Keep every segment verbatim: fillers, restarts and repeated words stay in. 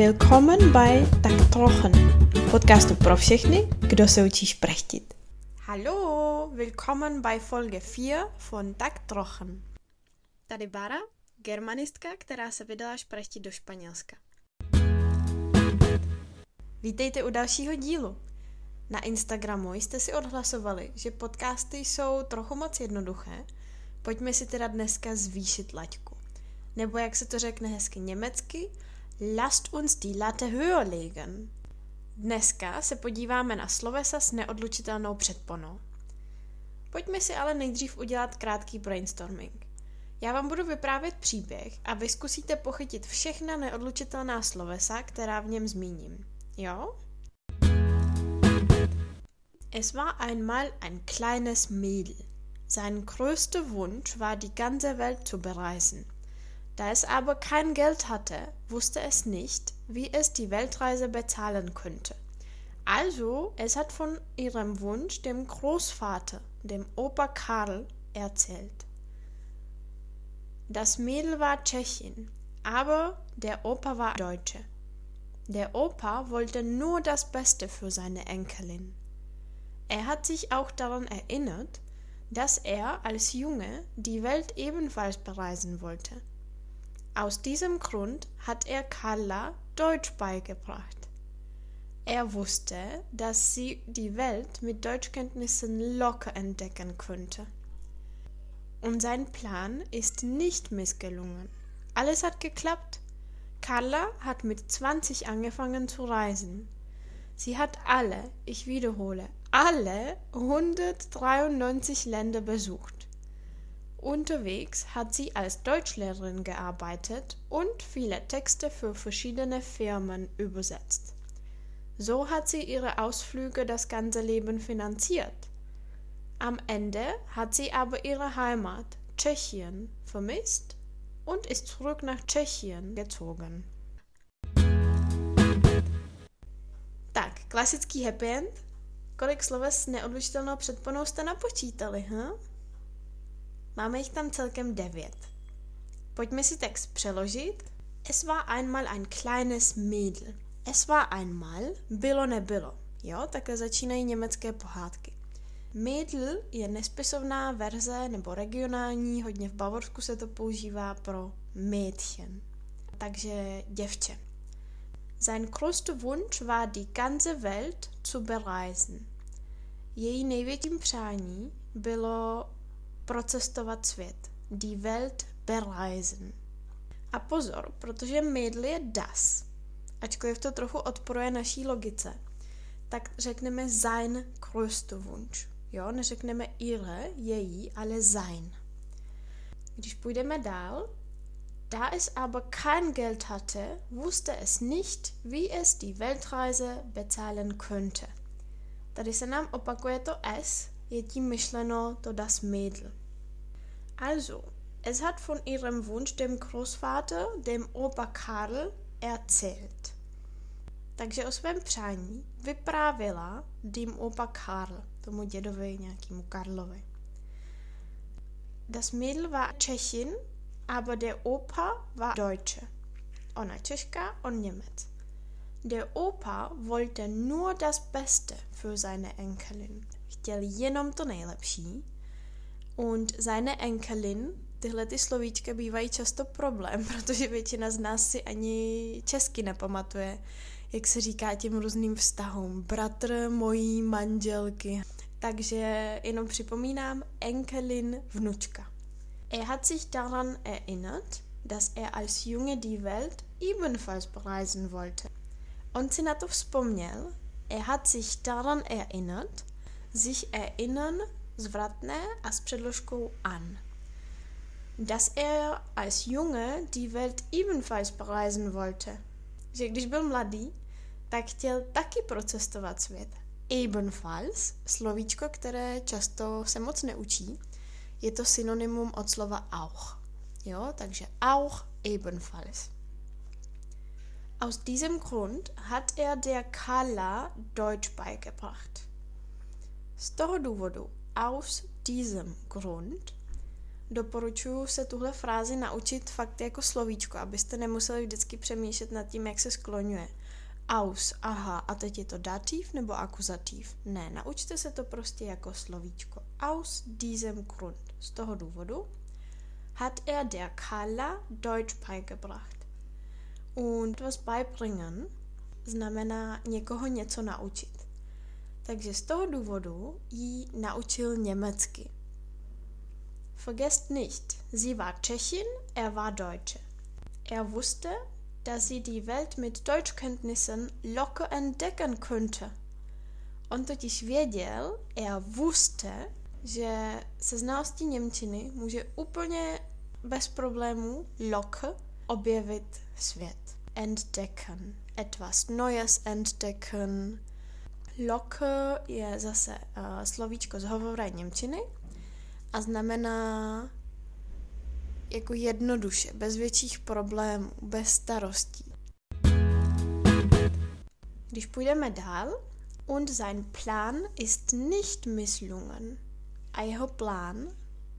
Willkommen bei Tak trochen, podcastu pro všechny, kdo se učí šprechtit. Hallo, willkommen bei Folge vier von Tak trochen. Tady Bára, germanistka, která se vydala šprechtit do Španělska. Vítejte u dalšího dílu. Na Instagramu jste si odhlasovali, že podcasty jsou trochu moc jednoduché. Pojďme si teda dneska zvýšit laťku. Nebo jak se to řekne hezky německy, lasst uns die Latte höher legen. Dneska se podíváme na slovesa s neodlučitelnou předponou. Pojďme si ale nejdřív udělat krátký brainstorming. Já vám budu vyprávět příběh a vy zkusíte pochytit všechna neodlučitelná slovesa, která v něm zmíním. Jo? Es war einmal ein kleines Mädel. Sein größter Wunsch war, die ganze Welt zu bereisen. Da es aber kein Geld hatte, wusste es nicht, wie es die Weltreise bezahlen könnte. Also, es hat von ihrem Wunsch dem Großvater, dem Opa Karl, erzählt. Das Mädel war Tschechin, aber der Opa war Deutsche. Der Opa wollte nur das Beste für seine Enkelin. Er hat sich auch daran erinnert, dass er als Junge die Welt ebenfalls bereisen wollte. Aus diesem Grund hat er Carla Deutsch beigebracht. Er wusste, dass sie die Welt mit Deutschkenntnissen locker entdecken könnte. Und sein Plan ist nicht missgelungen. Alles hat geklappt. Carla hat mit zwanzig angefangen zu reisen. Sie hat alle, ich wiederhole, alle hundertdreiundneunzig Länder besucht. Unterwegs hat sie als Deutschlehrerin gearbeitet und viele Texte für verschiedene Firmen übersetzt. So hat sie ihre Ausflüge das ganze Leben finanziert. Am Ende hat sie aber ihre Heimat, Tschechien, vermisst und ist zurück nach Tschechien gezogen. Tak, klasický happy end. Kolik sloves s neodlučitelnou předponou jste napočítali, hm? Máme jich tam celkem devět. Pojďme si text přeložit. Es war einmal ein kleines Mädel. Es war einmal, bylo nebylo. Jo, takhle začínají německé pohádky. Mädel je nespisovná verze nebo regionální, hodně v Bavorsku se to používá pro Mädchen. Takže děvče. Sein größter Wunsch war, die ganze Welt zu bereisen. Její největším přání bylo procestovat svět. Die Welt bereisen. A pozor, protože Mädel je das, ačkoliv to trochu odporuje naší logice, tak řekneme sein größter Wunsch. Jo, neřekneme ihre, její, ale sein. Když půjdeme dál, da es aber kein Geld hatte, wusste es nicht, wie es die Weltreise bezahlen könnte. Tady se nám opakuje to es, je tím myšleno to das Mädel. Also, es hat von ihrem Wunsch dem Großvater, dem Opa Karl, erzählt. Takže o svém přání vyprávila dem Opa Karl, tomu dědovi nějakému Karlovi. Das Mädel war Tschechin, aber der Opa war Deutsche. Ona Češka, on Němec. Der Opa wollte nur das Beste für seine Enkelin. Chtěl jenom to nejlepší. Und seine Enkelin, tyhle ty slovíčka bývají často problém, protože většina z nás si ani česky nepamatuje, jak se říká těm různým vztahům. Bratr mojí manželky. Takže jenom připomínám, Enkelin, vnučka. Er hat sich daran erinnert, dass er als Junge die Welt ebenfalls bereisen wollte. On si na to vzpomněl, er hat sich daran erinnert, sich erinnern, zvratné a s předložkou an. Dass er als Junge die Welt ebenfalls bereisen wollte. Že když byl mladý, tak chtěl taky procestovat svět. Ebenfalls, slovíčko, které často se moc neučí, je to synonymum od slova auch. Jo, takže auch ebenfalls. Aus diesem Grund hat er der Carla Deutsch beigebracht. Z toho důvodu, aus diesem Grund, doporučuji se tuhle frázi naučit fakt jako slovíčko, abyste nemuseli vždycky přemýšlet nad tím, jak se skloňuje. Aus, aha, a teď je to dativ nebo akuzativ? Ne, naučte se to prostě jako slovíčko. Aus diesem Grund. Z toho důvodu hat er der Carla Deutsch beigebracht. Und was beibringen znamená někoho něco naučit. Takže z toho důvodu jí naučil německy. Vergesst nicht, sie war Tschechin, er war Deutsche. Er wusste, dass sie die Welt mit Deutschkenntnissen locker entdecken könnte. On totiž věděl, er wusste, že se znalostí němčiny může úplně bez problémů locker objevit svět. Entdecken. Etwas Neues entdecken. Locker je zase uh, slovíčko z hovorové němčiny a znamená jako jednoduše, bez větších problémů, bez starostí. Když půjdeme dál, und sein Plan ist nicht misslungen. A jeho plán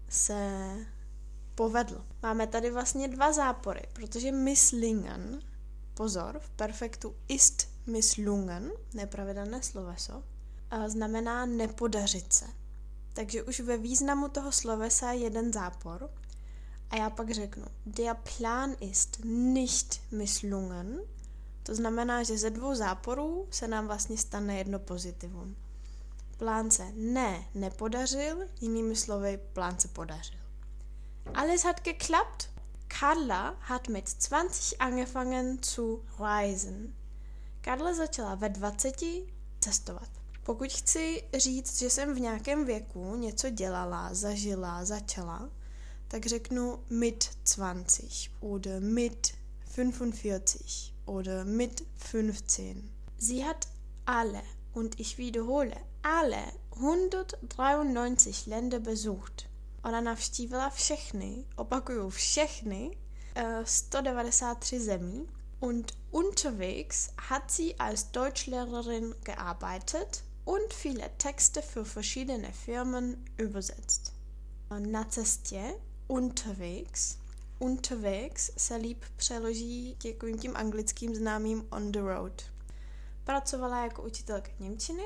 se povedl. Máme tady vlastně dva zápory, protože misslingen, pozor, v perfektu ist misslungen, nepravidelné sloveso, znamená nepodařit se. Takže už ve významu toho slovesa je jeden zápor. A já pak řeknu, der Plan ist nicht misslungen. To znamená, že ze dvou záporů se nám vlastně stane jedno pozitivum. Plán se ne nepodařil, jinými slovy, plán se podařil. Alles hat geklappt. Carla hat mit zwanzig angefangen zu reisen. Carla začala ve dvaceti cestovat. Pokud chci říct, že jsem v nějakém věku něco dělala, zažila, začala, tak řeknu mit zwanzig oder mit fünfundvierzig oder mit fünfzehn. Sie hat alle, und ich wiederhole, alle hundertdreiundneunzig Länder besucht. Ona navštívila všechny, opakuju všechny, sto devadesát tři zemí. Und unterwegs hat sie als Deutschlehrerin gearbeitet und viele Texte für verschiedene Firmen übersetzt. Na cestě unterwegs, unterwegs se líp přeloží takovým tím anglickým známým on the road. Pracovala jako učitelka němčiny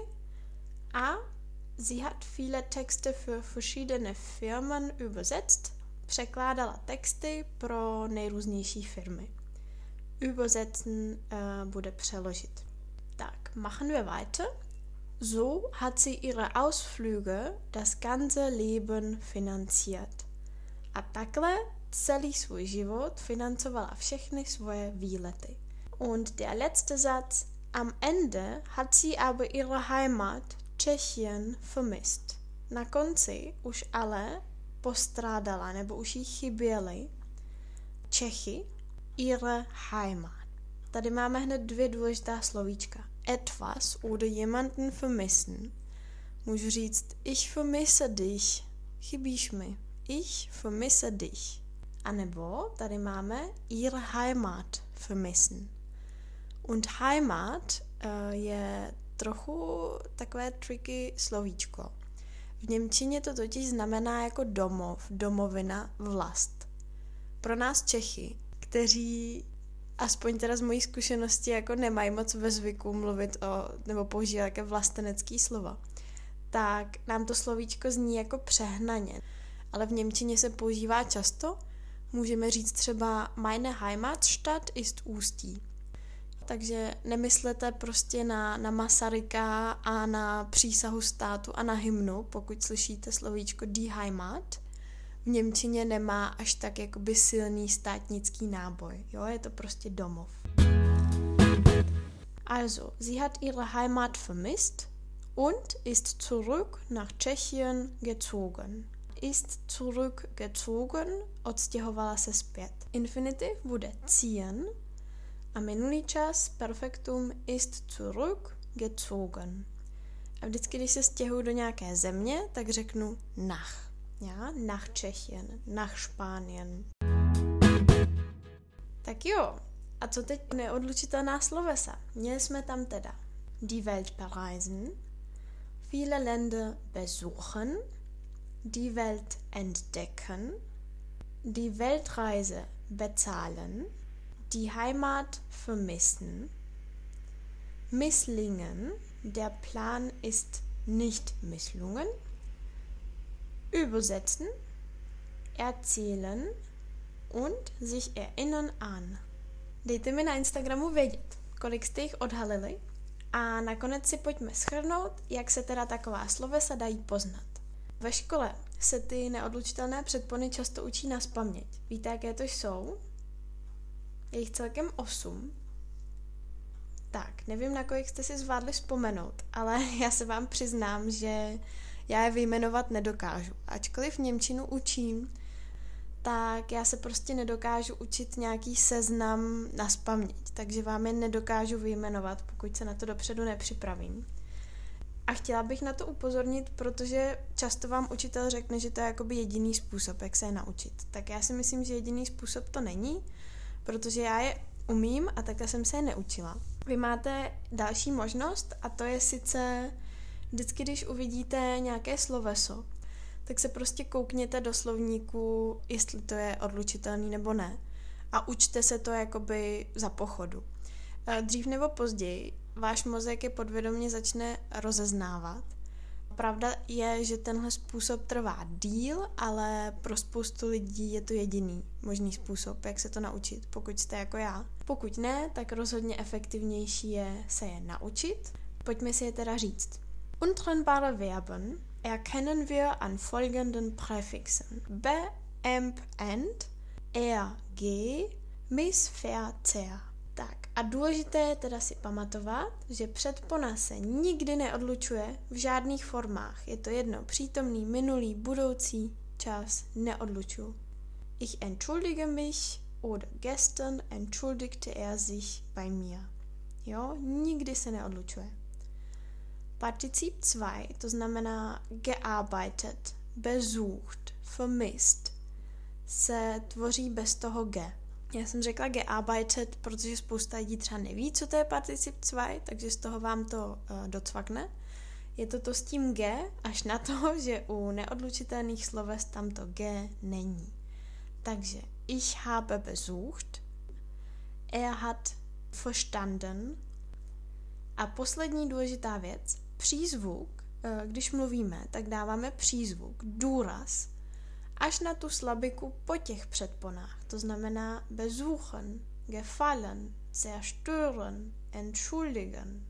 a sie hat viele Texte für verschiedene Firmen übersetzt. Překládala texty pro nejrůznější firmy. Übersetzen uh, bude přeložit. Tak, machen wir weiter. So hat sie ihre Ausflüge das ganze Leben finanziert. A takhle celý svůj život financovala všechny svoje výlety. Und der letzte Satz, am Ende hat sie aber ihre Heimat Tschechien vermisst. Na konci už ale postrádala, nebo už jí chyběly Čechy, ihre Heimat. Tady máme hned dvě důležitá slovíčka. Etwas oder jemanden vermissen. Můžu říct, ich vermisse dich, chybíš mi. Ich vermisse dich. A nebo tady máme ihre Heimat vermissen. Und Heimat uh, je trochu takové tricky slovíčko. V němčině to totiž znamená jako domov, domovina, vlast. Pro nás Čechy, kteří aspoň teda z mojí zkušenosti jako nemají moc ve zvyku mluvit o, nebo používat jaké vlastenecký slova, tak nám to slovíčko zní jako přehnaně. Ale v němčině se používá často. Můžeme říct třeba meine Heimatstadt ist Ústí. Takže nemyslete prostě na, na Masaryka a na přísahu státu a na hymnu, pokud slyšíte slovíčko die Heimat. V němčině nemá až tak jakoby silný státnický náboj. Jo, je to prostě domov. Also, sie hat ihre Heimat vermisst und ist zurück nach Tschechien gezogen. Ist zurückgezogen, odstěhovala se zpět. Infinitiv bude ziehen a minulý čas perfektum ist zurückgezogen. A vždycky, když se stěhuji do nějaké země, tak řeknu nach. Ja, nach Tschechien, nach Spanien. Tak jo, a co teď neodlučitelná slovesa? Měli jsme tam teda die Welt bereisen, viele Länder besuchen, die Welt entdecken, die Weltreise bezahlen, die Heimat vermissen, misslingen, der Plan ist nicht misslungen, übersetzen, erzählen und sich erinnern an. Dejte mi na Instagramu vědět, kolik jste jich odhalili a nakonec si pojďme shrnout, jak se teda taková slovesa dají poznat. Ve škole se ty neodlučitelné předpony často učí nazpaměť. Víte, jaké to jsou? Je jich celkem osm. Tak, nevím, na kolik jste si zvládli vzpomenout, ale já se vám přiznám, že já je vyjmenovat nedokážu. Ačkoliv němčinu učím, tak já se prostě nedokážu učit nějaký seznam nazpaměť, takže vám je nedokážu vyjmenovat, pokud se na to dopředu nepřipravím. A chtěla bych na to upozornit, protože často vám učitel řekne, že to je jakoby jediný způsob, jak se je naučit. Tak já si myslím, že jediný způsob to není, protože já je umím a takhle jsem se je neučila. Vy máte další možnost a to je sice vždycky, když uvidíte nějaké sloveso, tak se prostě koukněte do slovníku, jestli to je odlučitelný nebo ne. A učte se to jakoby za pochodu. Dřív nebo později váš mozek je podvědomě začne rozeznávat. Pravda je, že tenhle způsob trvá díl, ale pro spoustu lidí je to jediný možný způsob, jak se to naučit, pokud jste jako já. Pokud ne, tak rozhodně efektivnější je se je naučit. Pojďme si je teda říct. Untrennbare Verben erkennen wir an folgenden Präfixen. Be, emp, end, er, ge, mis, fer, cer. Tak a důležité je teda si pamatovat, že předpona se nikdy neodlučuje v žádných formách. Je to jedno přítomný, minulý, budoucí čas neodlučuju. Ich entschuldige mich oder gestern entschuldigte er sich bei mir. Jo, nikdy se neodlučuje. Particip zwei, to znamená gearbeitet, besucht, vermisst, se tvoří bez toho ge. Já jsem řekla gearbeitet, protože spousta lidí třeba neví, co to je particip zwei, takže z toho vám to uh, docvakne. Je to to s tím ge, až na to, že u neodlučitelných sloves tam to ge není. Takže ich habe besucht, er hat verstanden. A poslední důležitá věc, přízvuk, když mluvíme, tak dáváme přízvuk, důraz, až na tu slabiku po těch předponách. To znamená besuchen, gefallen, zerstören, entschuldigen.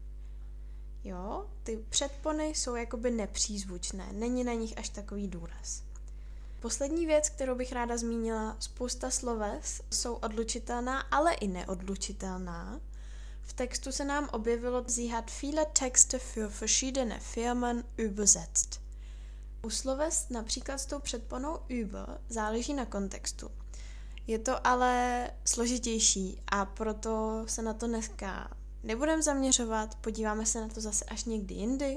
Jo, ty předpony jsou jakoby nepřízvučné, není na nich až takový důraz. Poslední věc, kterou bych ráda zmínila, spousta sloves jsou odlučitelná, ale i neodlučitelná. V textu se nám objevilo, sie hat viele Texte für verschiedene Firmen übersetzt. U sloves například s tou předponou über záleží na kontextu. Je to ale složitější a proto se na to dneska nebudeme zaměřovat, podíváme se na to zase až někdy jindy.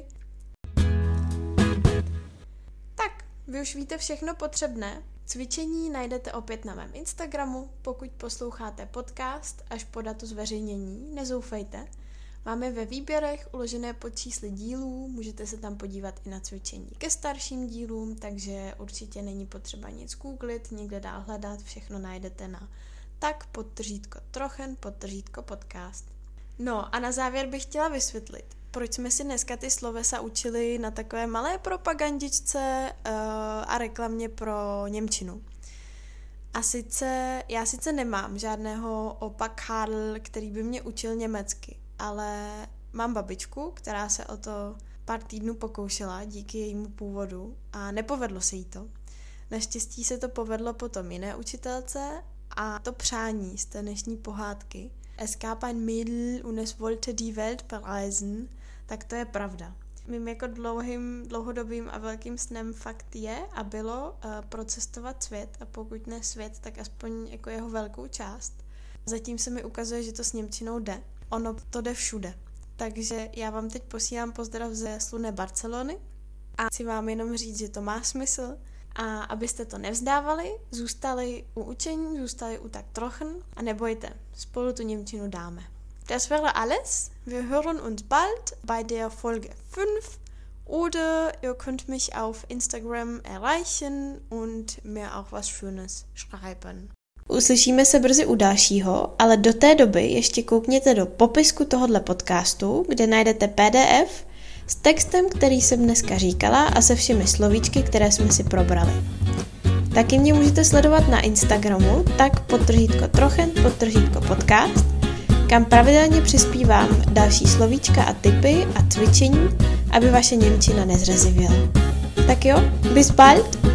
Tak, vy už víte všechno potřebné. Cvičení najdete opět na mém Instagramu, pokud posloucháte podcast až po datu zveřejnění, nezoufejte. Máme ve výběrech uložené pod čísly dílů, můžete se tam podívat i na cvičení ke starším dílům, takže určitě není potřeba nic googlit, nikde dál hledat, všechno najdete na tak podtržítko trochen podtržítko podcast. No a na závěr bych chtěla vysvětlit, proč jsme si dneska ty slovesa učili na takové malé propagandičce uh, a reklamě pro němčinu. A sice, já sice nemám žádného opakádl, který by mě učil německy, ale mám babičku, která se o to pár týdnů pokoušela díky jejímu původu a nepovedlo se jí to. Naštěstí se to povedlo potom jiné učitelce a to přání z té dnešní pohádky Es gab ein Mädel und es wollte die Welt bereisen, tak to je pravda. Mým jako dlouhým, dlouhodobým a velkým snem fakt je a bylo uh, procestovat svět a pokud ne svět, tak aspoň jako jeho velkou část. Zatím se mi ukazuje, že to s němčinou jde. Ono to jde všude. Takže já vám teď posílám pozdrav ze slunné Barcelony a chci vám jenom říct, že to má smysl a abyste to nevzdávali, zůstali u učení, zůstali u tak trochen a nebojte, spolu tu němčinu dáme. Das wäre alles. Wir hören uns bald bei der Folge fünf Oder ihr könnt mich auf Instagram erreichen und mir auch was Schönes schreiben. Uslyšíme se brzy u dalšího, ale do té doby ještě koukněte do popisku tohohle podcastu, kde najdete P D F s textem, který jsem dneska říkala a se všemi slovíčky, které jsme si probrali. Taky mě můžete sledovat na Instagramu, tak podtržítko trochen, podtržítko podcast, kam pravidelně přispívám další slovíčka a tipy a cvičení, aby vaše němčina nezrezivěla. Tak jo, bis bald!